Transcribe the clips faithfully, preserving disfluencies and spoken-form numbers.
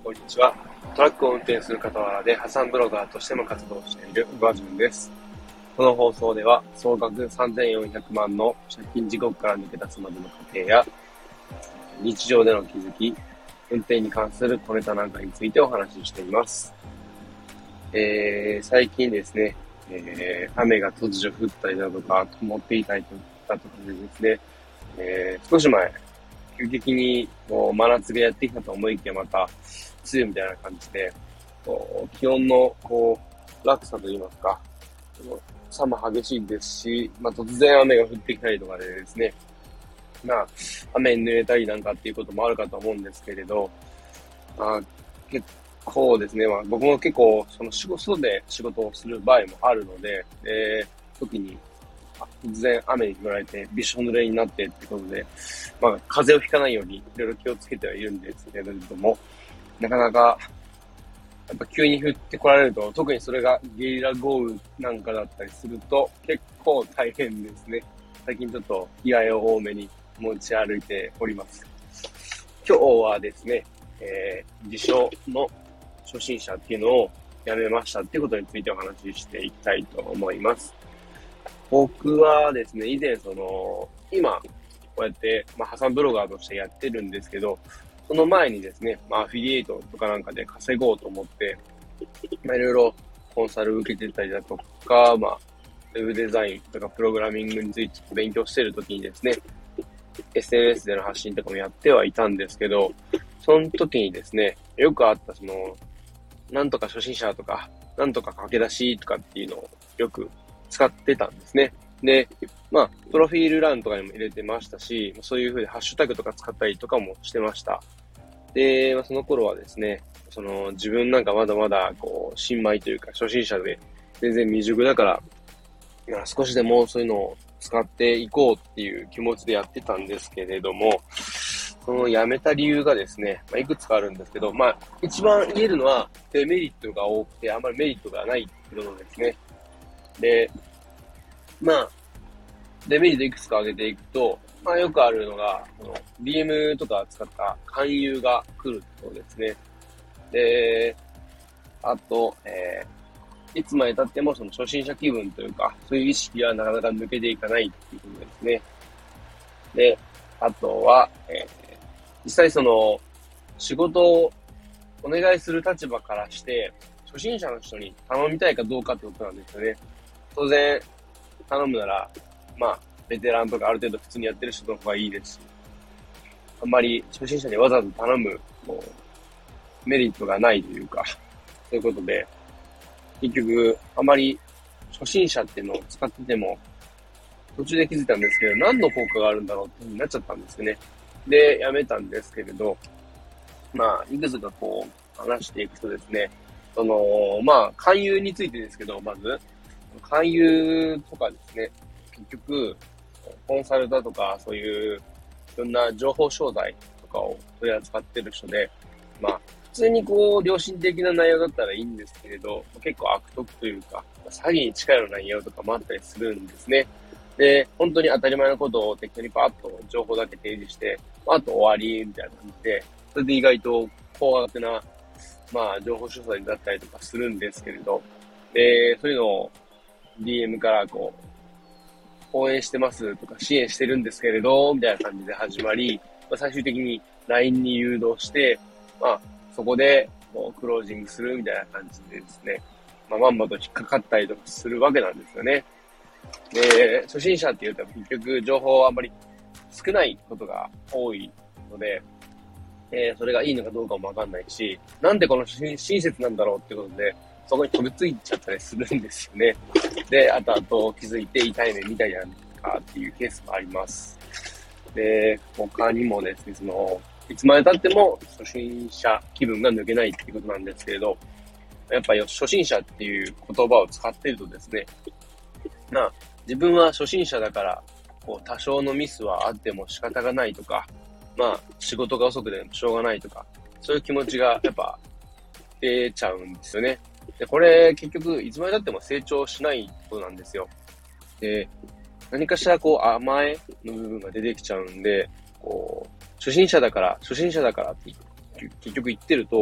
こんにちは。トラックを運転する傍らで破産ブロガーとしても活動している小川淳です。この放送では総額さんぜんよんひゃくまんの借金地獄から抜け出すまでの過程や日常での気づき、運転に関する小ネタなんかについてお話ししています。えー、最近ですね、えー、雨が突如降ったりだとか曇っていたりだとかでですね、えー、少し前、急激にこう真夏がやってきたと思いきやまた梅雨みたいな感じで、こう気温のこう落差といいますか、差も激しいですし、まあ、突然雨が降ってきたりとかでですね、まあ、雨に濡れたりなんかっていうこともあるかと思うんですけれど、まあ、結構ですね、まあ、僕も結構その仕事で仕事をする場合もあるので、えー、時に突然雨に降られてびしょ濡れになってってことで、まあ、風邪をひかないようにいろいろ気をつけてはいるんですけれども、なかなか、やっぱ急に降ってこられると、特にそれがゲリラ豪雨なんかだったりすると結構大変ですね。最近ちょっと被害を多めに持ち歩いております。今日はですね、えー、自称の初心者っていうのをやめましたっていうことについてお話ししていきたいと思います。僕はですね、以前その、今、こうやって、まあ、破産ブロガーとしてやってるんですけど、その前にですね、まあ、アフィリエイトとかなんかで稼ごうと思って、まあ、いろいろコンサル受けてたりだとか、まあ、ウェブデザインとかプログラミングについて勉強してるときにですね、エスエヌエス での発信とかもやってはいたんですけど、その時にですね、よくあったその、なんとか初心者とか、なんとか駆け出しとかっていうのをよく使ってたんですね。で、まあ、プロフィール欄とかにも入れてましたし、そういう風にハッシュタグとか使ったりとかもしてました。で、まあ、その頃はですね、その自分なんかまだまだこう、新米というか初心者で全然未熟だから、まあ、少しでもそういうのを使っていこうっていう気持ちでやってたんですけれども、その辞めた理由がですね、まあ、いくつかあるんですけど、まあ、一番言えるのはデメリットが多くて、あまりメリットがないっていうことですね。で、まあ、デメリットいくつか挙げていくと、まあよくあるのが、この ディーエム とか使った勧誘が来るってことですね。で、あと、えー、いつまで経ってもその初心者気分というか、そういう意識はなかなか抜けていかないっていうことですね。で、あとは、えー、実際その、仕事をお願いする立場からして、初心者の人に頼みたいかどうかってことなんですよね。当然、頼むなら、まあ、ベテランとかある程度普通にやってる人の方がいいですし、あんまり初心者にわざわざ頼む、こう、メリットがないというか、そういうことで、結局、あまり初心者っていうのを使ってても、途中で気づいたんですけど、何の効果があるんだろうっていうになっちゃったんですよね。で、やめたんですけれど、まあ、いくつかこう、話していくとですね、その、まあ、勧誘についてですけど、まず、勧誘とかですね、結局、コンサルだとか、そういう、いろんな情報商材とかを取り扱ってる人で、まあ、普通にこう、良心的な内容だったらいいんですけれど、結構悪徳というか、詐欺に近いような内容とかもあったりするんですね。で、本当に当たり前のことを適当にパッと情報だけ提示して、あと終わり、みたいな感じで、それで意外と高額な、まあ、情報商材だったりとかするんですけれど、で、そういうのを ディーエム からこう、応援してますとか支援してるんですけれど、みたいな感じで始まり、まあ、最終的に ライン に誘導して、まあ、そこでもうクロージングするみたいな感じでですね、まあ、まんまと引っかかったりとかするわけなんですよね。で、初心者って言うと結局情報はあんまり少ないことが多いので、えー、それがいいのかどうかもわかんないし、なんでこの親切なんだろうってことで、そこに飛びついちゃったりするんですよね。で、あとあと気づいて痛い目見たりなんかっていうケースもあります。で、他にもですね、その、いつまで経っても初心者気分が抜けないっていうことなんですけれど、やっぱり初心者っていう言葉を使っているとですね、まあ、自分は初心者だから、こう、多少のミスはあっても仕方がないとか、まあ、仕事が遅くてもしょうがないとか、そういう気持ちがやっぱ出ちゃうんですよね。で、これ結局いつまで経っても成長しないことなんですよ。で、何かしらこう甘えの部分が出てきちゃうんで、こう、初心者だから、初心者だからって結局言ってると、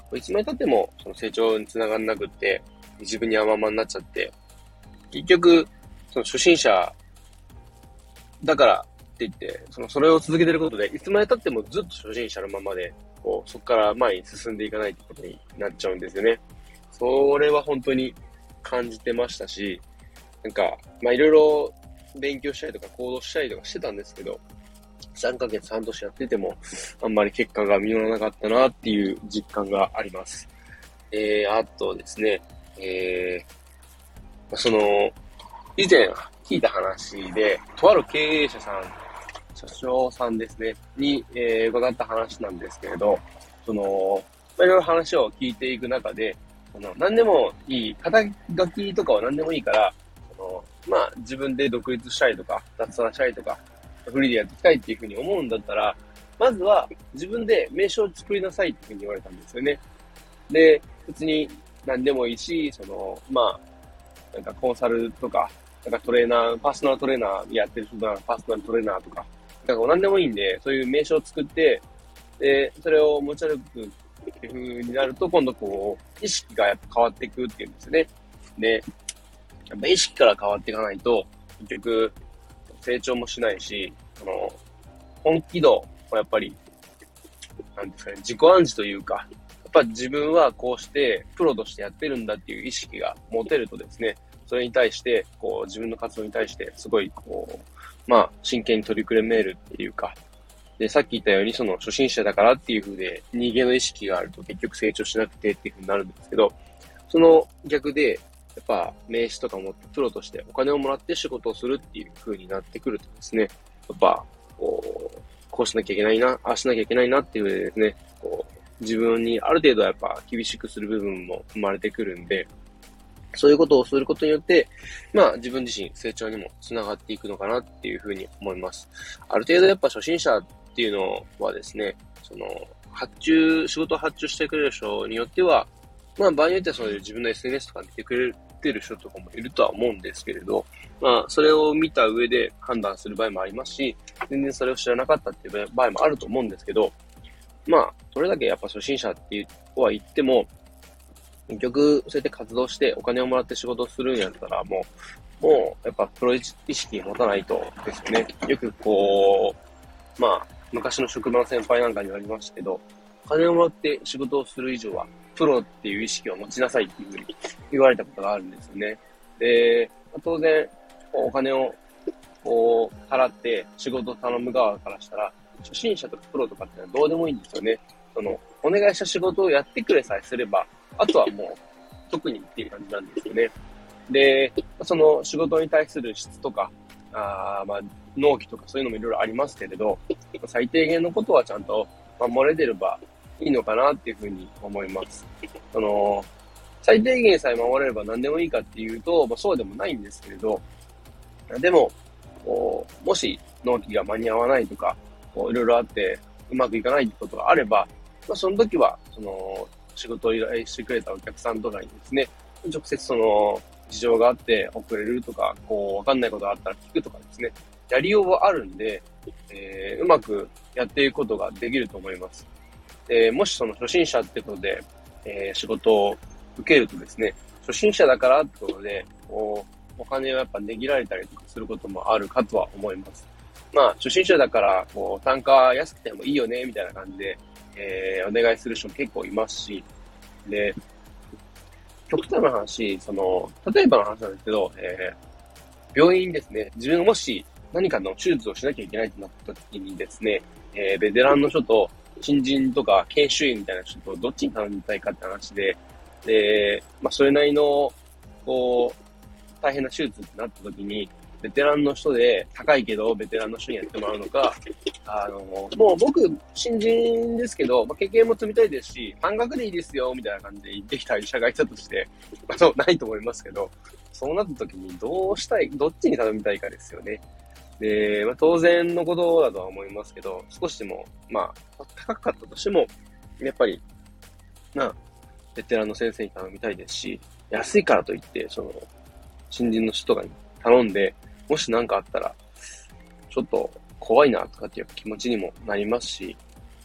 いつまで経ってもその成長につながんなくって、自分に甘々になっちゃって、結局、その初心者だからって言って、その、それを続けてることで、いつまで経ってもずっと初心者のままで、こう、そこから前に進んでいかないってことになっちゃうんですよね。それは本当に感じてましたし、なんか、まあいろいろ勉強したりとか行動したりとかしてたんですけど、さんかげつ、半年やってても、あんまり結果が見乗らなかったなっていう実感があります。えー、あとですね、えー、その、以前聞いた話で、とある経営者さん、社長さんですね、に、えー、伺った話なんですけれど、その、まあ、いろいろ話を聞いていく中で、その、何でもいい、肩書きとかは何でもいいから、その、まあ、自分で独立したりとか、脱サラしたりとか、フリーでやっていきたいっていうふうに思うんだったら、まずは自分で名称を作りなさいっていうふうに言われたんですよね。で、別に何でもいいし、その、まあ、なんかコンサルとか、なんかトレーナー、パーソナルトレーナーやってる人ならパーソナルトレーナーとか、なんか何でもいいんで、そういう名称を作って、で、それを持ち歩くっていう風になると、今度こう、意識がやっぱ変わっていくっていうんですよね。で、やっぱ意識から変わっていかないと、結局、成長もしないし、その、本気度はやっぱり、なんですかね、自己暗示というか、やっぱ自分はこうしてプロとしてやってるんだっていう意識が持てるとですね、それに対して、こう自分の活動に対してすごいこう、まあ真剣に取り組めるっていうか、で、さっき言ったようにその初心者だからっていう風で逃げの意識があると結局成長しなくてっていう風になるんですけど、その逆で、やっぱ名刺とか持ってプロとしてお金をもらって仕事をするっていう風になってくるとですね、やっぱ、こう、こうしなきゃいけないな、ああしなきゃいけないなっていう風でですね、こう、自分にある程度やっぱ厳しくする部分も生まれてくるんで、そういうことをすることによって、まあ自分自身成長にもつながっていくのかなっていう風に思います。ある程度やっぱ初心者っていうのはですね、その、発注、仕事を発注してくれる人によっては、まあ場合によってはそういう自分の エスエヌエス とか見てくれてる人とかもいるとは思うんですけれど、まあそれを見た上で判断する場合もありますし、全然それを知らなかったっていう場合もあると思うんですけど、まあそれだけやっぱ初心者っていうは言っても、結局そうやって活動してお金をもらって仕事をするんやったらもう、もうやっぱプロ意識持たないとですよね。よくこう、まあ昔の職場の先輩なんかにありましたけど、お金をもらって仕事をする以上は、プロっていう意識を持ちなさいっていうふうに言われたことがあるんですよね。で、当然、お金をこう払って仕事を頼む側からしたら、初心者とかプロとかってのはどうでもいいんですよね。その、お願いした仕事をやってくれさえすれば、あとはもう、特にっていう感じなんですよね。で、その仕事に対する質とか、あまあ、納期とかそういうのもいろいろありますけれど、最低限のことはちゃんと守れてればいいのかなっていうふうに思います。その、最低限さえ守れれば何でもいいかっていうと、まあ、そうでもないんですけれど、でも、こうもし納期が間に合わないとか、こういろいろあってうまくいかないってことがあれば、まあ、その時は、その、仕事を依頼してくれたお客さんとかにですね、直接その、事情があって遅れるとか、こう、わかんないことがあったら聞くとかですね、やりようはあるんで、えー、うまくやっていくことができると思います。で、もしその初心者ってことで、えー、仕事を受けるとですね、初心者だからってことで、こう、お金をやっぱ値切られたりとかすることもあるかとは思います。まあ、初心者だから、こう、単価安くてもいいよね、みたいな感じで、えー、お願いする人も結構いますし、で、極端な話、その、例えばの話なんですけど、えー、病院ですね、自分がもし何かの手術をしなきゃいけないとなった時にですね、えー、ベテランの人と新人とか研修医みたいな人とどっちに頼みたいかって話で、で、まあ、それなりの、こう、大変な手術ってなった時に、ベテランの人で、高いけど、ベテランの人にやってもらうのか、あの、もう僕、新人ですけど、まあ、経験も積みたいですし、半額でいいですよ、みたいな感じで言ってきた医者がいたとして、まあ、そう、ないと思いますけど、そうなった時にどうしたい、どっちに頼みたいかですよね。で、まあ、当然のことだとは思いますけど、少しでも、まあ、高かったとしても、やっぱり、まあ、ベテランの先生に頼みたいですし、安いからといって、その、新人の人とかに頼んで、もし何かあったら、ちょっと怖いなとかっていう気持ちにもなりますし、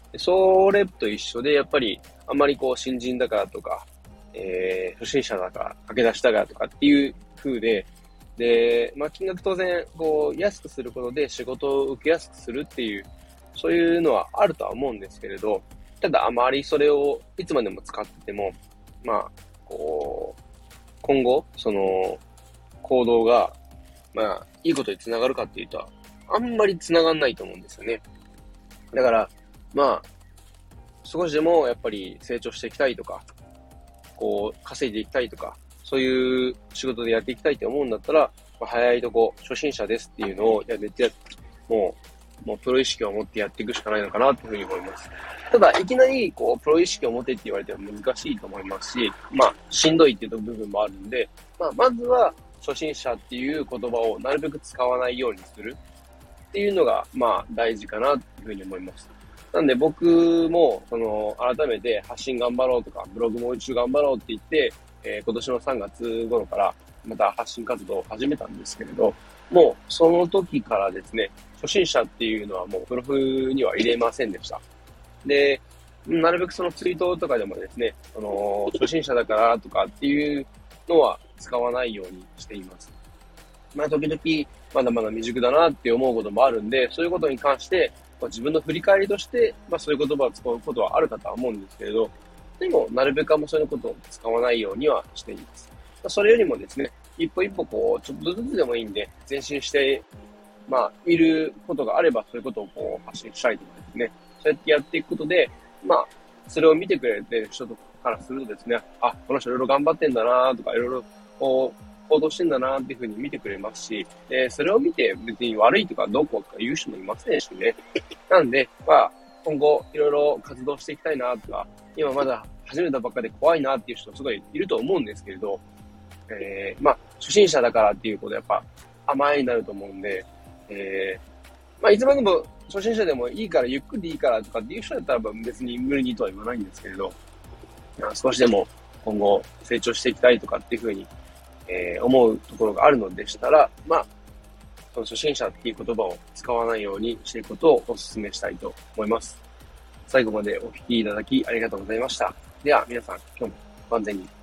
それと一緒で、やっぱり、あんまりこう、新人だからとか、えー、初心者だから、駆け出しだからとかっていう風で、で、まあ、金額当然、こう、安くすることで仕事を受けやすくするっていう、そういうのはあるとは思うんですけれど、ただあまりそれをいつまでも使ってても、まあ、こう、今後、その、行動が、まあ、いいことにつながるかっていうと、あんまりつながんないと思うんですよね。だから、まあ、少しでもやっぱり成長していきたいとか、こう、稼いでいきたいとか、そういう仕事でやっていきたいと思うんだったら、まあ、早いとこ、初心者ですっていうのをやめて、もう、もうプロ意識を持ってやっていくしかないのかなというふうに思います。ただ、いきなり、こう、プロ意識を持てって言われても難しいと思いますし、まあ、しんどいっていう部分もあるんで、まあ、まずは、初心者っていう言葉をなるべく使わないようにするっていうのが、まあ、大事かなというふうに思います。なんで僕も、その、改めて発信頑張ろうとか、ブログもう一度頑張ろうって言って、えー今年のさんがつ頃からまた発信活動を始めたんですけれど、もうその時からですね、初心者っていうのはもうプロフには入れませんでした。で、なるべくそのツイートとかでもですね、その、初心者だからとかっていうのは使わないようにしています。まあ、時々、まだまだ未熟だなって思うこともあるんで、そういうことに関して、まあ、自分の振り返りとして、まあ、そういう言葉を使うことはあるかとは思うんですけれど、でも、なるべくあんまそういうことを使わないようにはしています。まあ、それよりもですね、一歩一歩こう、ちょっとずつでもいいんで、前進して、まあ、見ることがあれば、そういうことをこう、発信したりとかですね、そうやってやっていくことで、まあ、それを見てくれてる人とかからするとですね、あ、この人いろいろ頑張ってんだなとか、いろいろ、こう、行動してんだなっていうふうに見てくれますし、で、それを見て別に悪いとかどうこうとか言う人もいませんしね。なんで、まあ、今後いろいろ活動していきたいなとか、今まだ始めたばっかで怖いなっていう人すごいいると思うんですけれど、えー、まあ、初心者だからっていうことでやっぱ甘えになると思うんで、えー、まあ、いつまでも初心者でもいいから、ゆっくりいいからとかっていう人だったら別に無理にとは言わないんですけれど、少しでも今後成長していきたいとかっていうふうに、えー思うところがあるのでしたら、まあ、その初心者っていう言葉を使わないようにしていくことをお勧めしたいと思います。最後までお聞きいただきありがとうございました。では皆さん、今日も万全に。